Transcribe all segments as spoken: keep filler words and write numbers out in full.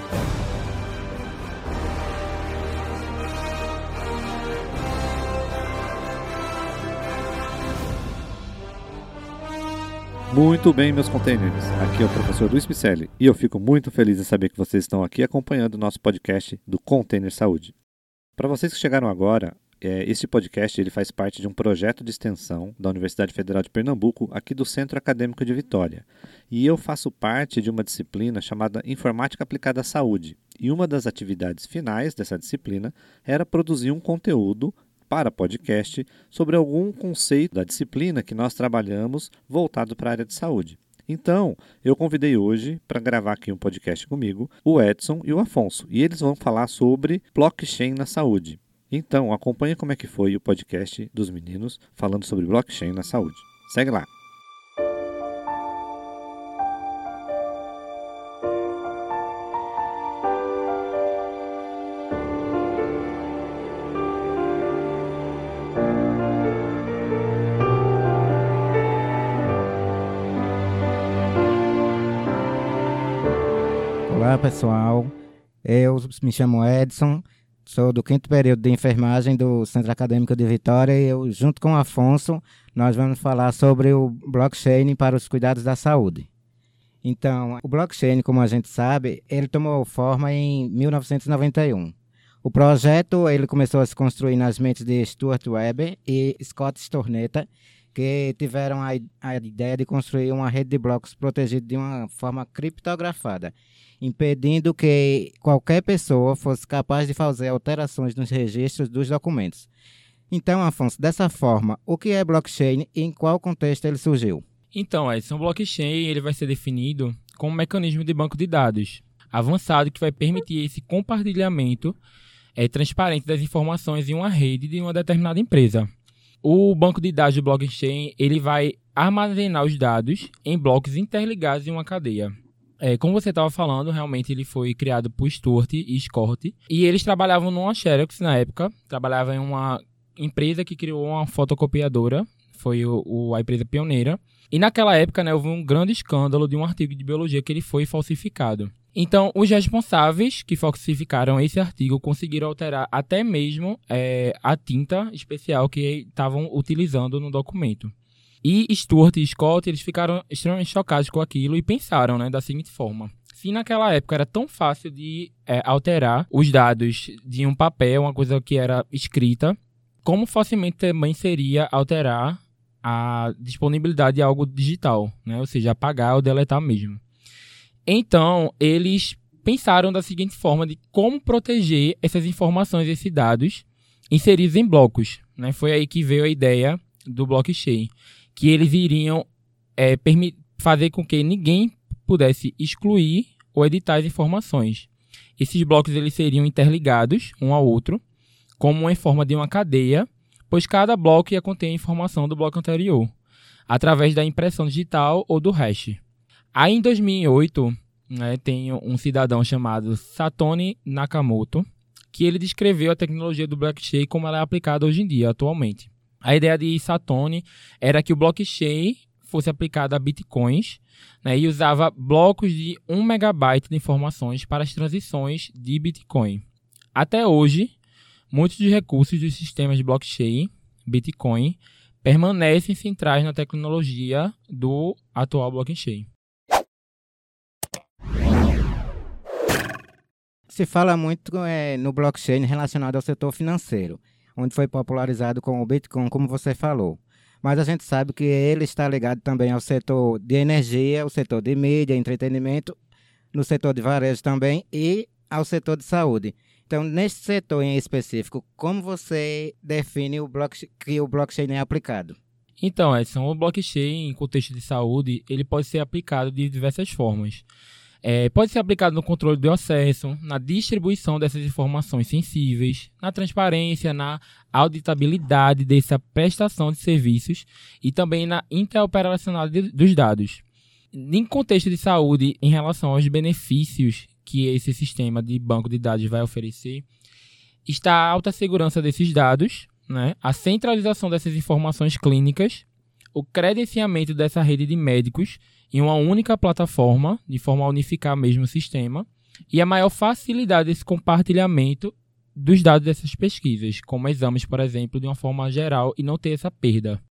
Muito bem, meus containers. Aqui é o professor Luiz Picelli e eu fico muito feliz em saber que vocês estão aqui acompanhando o nosso podcast do Container Saúde. Para vocês que chegaram agora, é, este podcast ele faz parte de um projeto de extensão da Universidade Federal de Pernambuco, aqui do Centro Acadêmico de Vitória. E eu faço parte de uma disciplina chamada Informática Aplicada à Saúde. E uma das atividades finais dessa disciplina era produzir um conteúdo para podcast sobre algum conceito da disciplina que nós trabalhamos voltado para a área de saúde. Então, eu convidei hoje para gravar aqui um podcast comigo o Edson e o Afonso, e eles vão falar sobre blockchain na saúde. Então, acompanhe como é que foi o podcast dos meninos falando sobre blockchain na saúde. Segue lá! Olá pessoal, eu me chamo Edson, sou do quinto período de enfermagem do Centro Acadêmico de Vitória e eu, junto com o Afonso, nós vamos falar sobre o blockchain para os cuidados da saúde. Então, o blockchain, como a gente sabe, ele tomou forma em mil novecentos e noventa e um. O projeto ele começou a se construir nas mentes de Stuart Weber e Scott Stornetta, que tiveram a, a ideia de construir uma rede de blocos protegida de uma forma criptografada, impedindo que qualquer pessoa fosse capaz de fazer alterações nos registros dos documentos. Então, Afonso, dessa forma, o que é blockchain e em qual contexto ele surgiu? Então, Edson, o blockchain ele vai ser definido como um mecanismo de banco de dados avançado que vai permitir esse compartilhamento é, transparente das informações em uma rede de uma determinada empresa. O banco de dados do blockchain ele vai armazenar os dados em blocos interligados em uma cadeia. É, como você estava falando, realmente ele foi criado por Stuart e Scott. E eles trabalhavam numa Xerox na época. Trabalhavam em uma empresa que criou uma fotocopiadora. Foi o, o, a empresa pioneira. E naquela época, né, houve um grande escândalo de um artigo de biologia que ele foi falsificado. Então, os responsáveis que falsificaram esse artigo conseguiram alterar até mesmo é, a tinta especial que estavam utilizando no documento. E Stuart e Scott, eles ficaram extremamente chocados com aquilo e pensaram, né, da seguinte forma. Se naquela época era tão fácil de é, alterar os dados de um papel, uma coisa que era escrita, como facilmente também seria alterar a disponibilidade de algo digital, né? Ou seja, apagar ou deletar mesmo. Então, eles pensaram da seguinte forma de como proteger essas informações, esses dados inseridos em blocos, né? Foi aí que veio a ideia do blockchain, que eles iriam é, permi- fazer com que ninguém pudesse excluir ou editar as informações. Esses blocos eles seriam interligados um ao outro, como em forma de uma cadeia, pois cada bloco ia conter a informação do bloco anterior, através da impressão digital ou do hash. Aí em dois mil e oito, né, tem um cidadão chamado Satoshi Nakamoto, que ele descreveu a tecnologia do blockchain como ela é aplicada hoje em dia, atualmente. A ideia de Satoshi era que o blockchain fosse aplicado a bitcoins, né, e usava blocos de um megabyte de informações para as transições de Bitcoin. Até hoje, muitos dos recursos dos sistemas de blockchain, Bitcoin, permanecem centrais na tecnologia do atual blockchain. Se fala muito é, no blockchain relacionado ao setor financeiro, onde foi popularizado com o Bitcoin, como você falou. Mas a gente sabe que ele está ligado também ao setor de energia, ao setor de mídia, entretenimento, no setor de varejo também e ao setor de saúde. Então, nesse setor em específico, como você define o blockchain, que o blockchain é aplicado? Então, Edson, o blockchain em contexto de saúde, ele pode ser aplicado de diversas formas. É, pode ser aplicado no controle do acesso, na distribuição dessas informações sensíveis, na transparência, na auditabilidade dessa prestação de serviços e também na interoperacionalidade dos dados. Em contexto de saúde, em relação aos benefícios que esse sistema de banco de dados vai oferecer, está a alta segurança desses dados, né, a centralização dessas informações clínicas, o credenciamento dessa rede de médicos em uma única plataforma, de forma a unificar mesmo o sistema, e a maior facilidade desse compartilhamento dos dados dessas pesquisas, como exames, por exemplo, de uma forma geral, e não ter essa perda.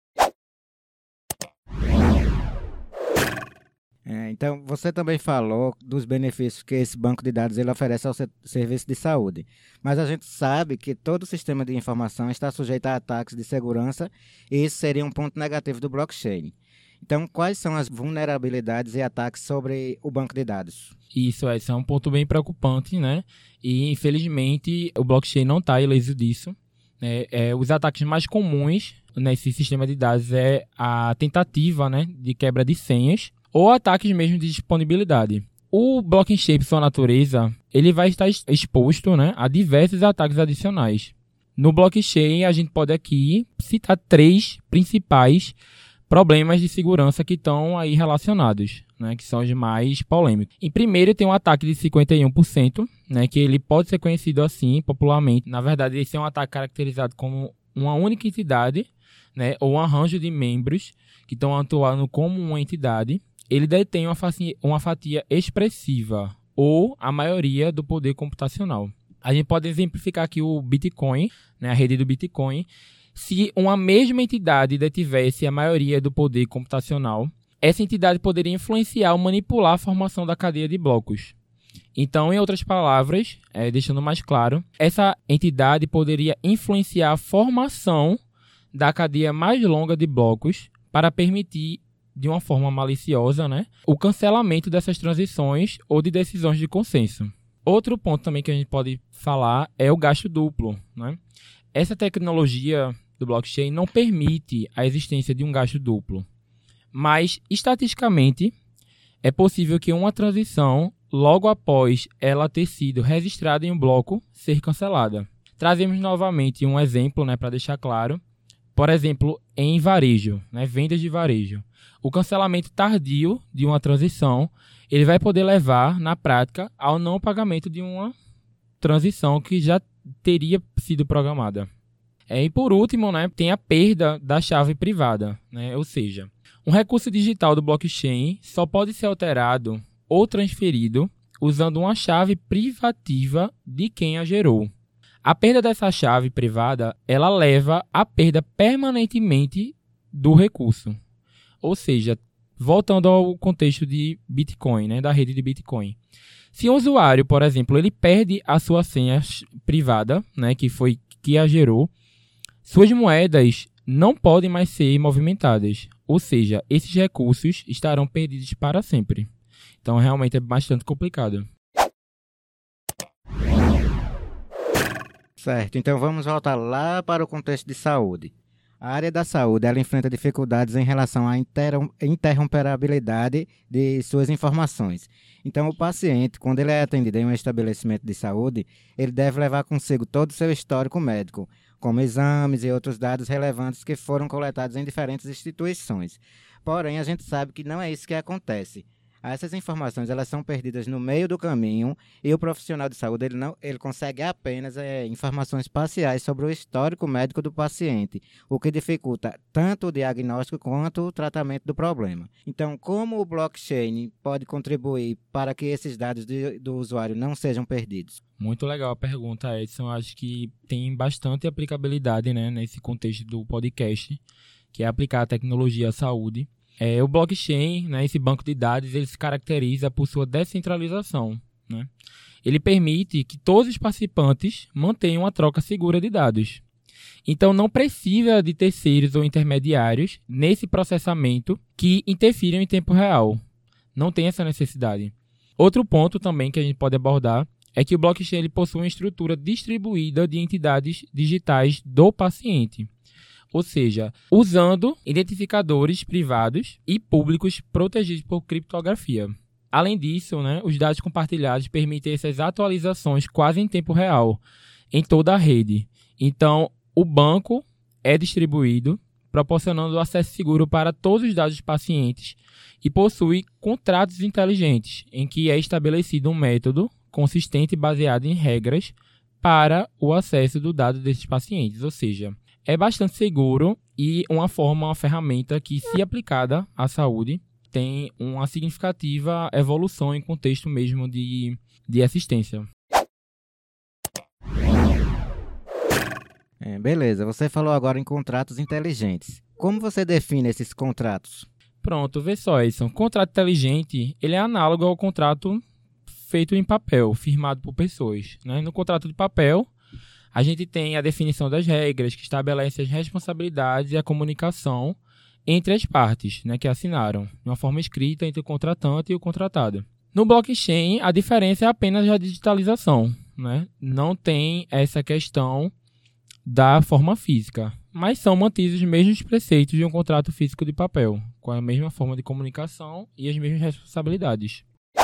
É, então, você também falou dos benefícios que esse banco de dados ele oferece ao se- serviço de saúde. Mas a gente sabe que todo sistema de informação está sujeito a ataques de segurança e isso seria um ponto negativo do blockchain. Então, quais são as vulnerabilidades e ataques sobre o banco de dados? Isso, esse é um ponto bem preocupante, né? E, infelizmente, o blockchain não está ileso disso. Né? É, os ataques mais comuns nesse sistema de dados é a tentativa, né, de quebra de senhas, ou ataques mesmo de disponibilidade. O blockchain, por sua natureza, ele vai estar exposto, né, a diversos ataques adicionais. No blockchain, a gente pode aqui citar três principais problemas de segurança que estão aí relacionados, né, que são os mais polêmicos. Em primeiro, tem um ataque de cinquenta e um por cento, né, que ele pode ser conhecido assim popularmente. Na verdade, esse é um ataque caracterizado como uma única entidade, né, ou um arranjo de membros que estão atuando como uma entidade. Ele detém uma fatia, uma fatia expressiva ou a maioria do poder computacional. A gente pode exemplificar aqui o Bitcoin, né, a rede do Bitcoin. Se uma mesma entidade detivesse a maioria do poder computacional, essa entidade poderia influenciar ou manipular a formação da cadeia de blocos. Então, em outras palavras, é, deixando mais claro, essa entidade poderia influenciar a formação da cadeia mais longa de blocos para permitir, de uma forma maliciosa, né, o cancelamento dessas transições ou de decisões de consenso. Outro ponto também que a gente pode falar é o gasto duplo, né? Essa tecnologia do blockchain não permite a existência de um gasto duplo, mas, estatisticamente, é possível que uma transição, logo após ela ter sido registrada em um bloco, ser cancelada. Trazemos novamente um exemplo, né, para deixar claro. Por exemplo, em varejo, né, vendas de varejo. O cancelamento tardio de uma transição, ele vai poder levar, na prática, ao não pagamento de uma transição que já teria sido programada. É, e por último, né, tem a perda da chave privada, né, ou seja, um recurso digital do blockchain só pode ser alterado ou transferido usando uma chave privativa de quem a gerou. A perda dessa chave privada, ela leva à perda permanentemente do recurso. Ou seja, voltando ao contexto de Bitcoin, né, da rede de Bitcoin. Se um usuário, por exemplo, ele perde a sua senha privada, né, que foi que a gerou, suas moedas não podem mais ser movimentadas. Ou seja, esses recursos estarão perdidos para sempre. Então, realmente é bastante complicado. Certo, então vamos voltar lá para o contexto de saúde. A área da saúde ela enfrenta dificuldades em relação à interom- interromperabilidade de suas informações. Então, o paciente, quando ele é atendido em um estabelecimento de saúde, ele deve levar consigo todo o seu histórico médico, como exames e outros dados relevantes que foram coletados em diferentes instituições. Porém, a gente sabe que não é isso que acontece. Essas informações elas são perdidas no meio do caminho e o profissional de saúde ele não, ele consegue apenas é, informações parciais sobre o histórico médico do paciente, o que dificulta tanto o diagnóstico quanto o tratamento do problema. Então, como o blockchain pode contribuir para que esses dados de, do usuário não sejam perdidos? Muito legal a pergunta, Edson. Acho que tem bastante aplicabilidade, né, nesse contexto do podcast, que é aplicar a tecnologia à saúde. É, o blockchain, né, esse banco de dados, ele se caracteriza por sua descentralização, né? Ele permite que todos os participantes mantenham uma troca segura de dados. Então, não precisa de terceiros ou intermediários nesse processamento que interfiram em tempo real. Não tem essa necessidade. Outro ponto também que a gente pode abordar é que o blockchain ele possui uma estrutura distribuída de entidades digitais do paciente. Ou seja, usando identificadores privados e públicos protegidos por criptografia. Além disso, né, os dados compartilhados permitem essas atualizações quase em tempo real, em toda a rede. Então, o banco é distribuído, proporcionando acesso seguro para todos os dados dos pacientes e possui contratos inteligentes, em que é estabelecido um método consistente e baseado em regras para o acesso do dado desses pacientes, ou seja, é bastante seguro e uma forma, uma ferramenta que, se aplicada à saúde, tem uma significativa evolução em contexto mesmo de, de assistência. É, beleza, você falou agora em contratos inteligentes. Como você define esses contratos? Pronto, vê só, Edson. Contrato inteligente, ele é análogo ao contrato feito em papel, firmado por pessoas, né? No contrato de papel, a gente tem a definição das regras que estabelece as responsabilidades e a comunicação entre as partes, né, que assinaram, de uma forma escrita entre o contratante e o contratado. No blockchain, a diferença é apenas a digitalização, né? Não tem essa questão da forma física, mas são mantidos os mesmos preceitos de um contrato físico de papel, com a mesma forma de comunicação e as mesmas responsabilidades.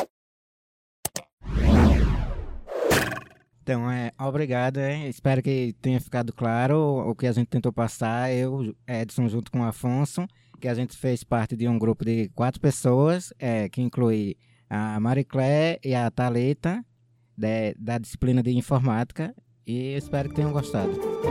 Então, é, obrigado, é. Espero que tenha ficado claro o que a gente tentou passar, eu, Edson, junto com o Afonso, que a gente fez parte de um grupo de quatro pessoas, é, que inclui a Mariclé e a Thalita, de, da disciplina de informática, e espero que tenham gostado.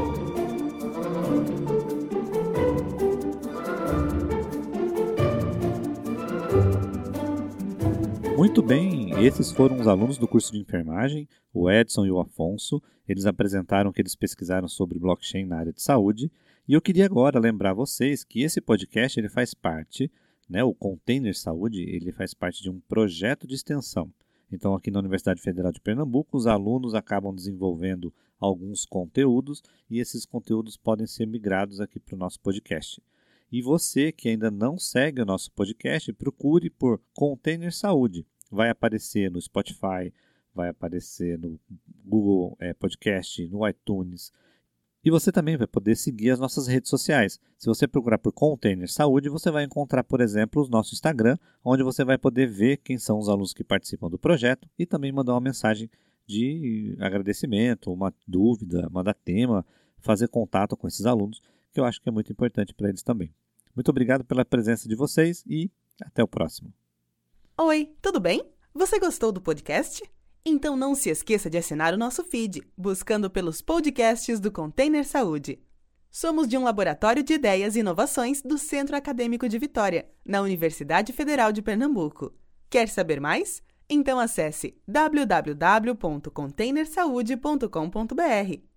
Muito bem, esses foram os alunos do curso de enfermagem, o Edson e o Afonso. Eles apresentaram que eles pesquisaram sobre blockchain na área de saúde. E eu queria agora lembrar vocês que esse podcast ele faz parte, né, o Container Saúde, ele faz parte de um projeto de extensão. Então, aqui na Universidade Federal de Pernambuco, os alunos acabam desenvolvendo alguns conteúdos e esses conteúdos podem ser migrados aqui para o nosso podcast. E você que ainda não segue o nosso podcast, procure por Container Saúde. Vai aparecer no Spotify, vai aparecer no Google é, Podcast, no iTunes. E você também vai poder seguir as nossas redes sociais. Se você procurar por Container Saúde, você vai encontrar, por exemplo, o nosso Instagram, onde você vai poder ver quem são os alunos que participam do projeto e também mandar uma mensagem de agradecimento, uma dúvida, mandar tema, fazer contato com esses alunos, que eu acho que é muito importante para eles também. Muito obrigado pela presença de vocês e até o próximo. Oi, tudo bem? Você gostou do podcast? Então não se esqueça de assinar o nosso feed, buscando pelos podcasts do Container Saúde. Somos de um laboratório de ideias e inovações do Centro Acadêmico de Vitória, na Universidade Federal de Pernambuco. Quer saber mais? Então acesse w w w ponto container saúde ponto com ponto b r.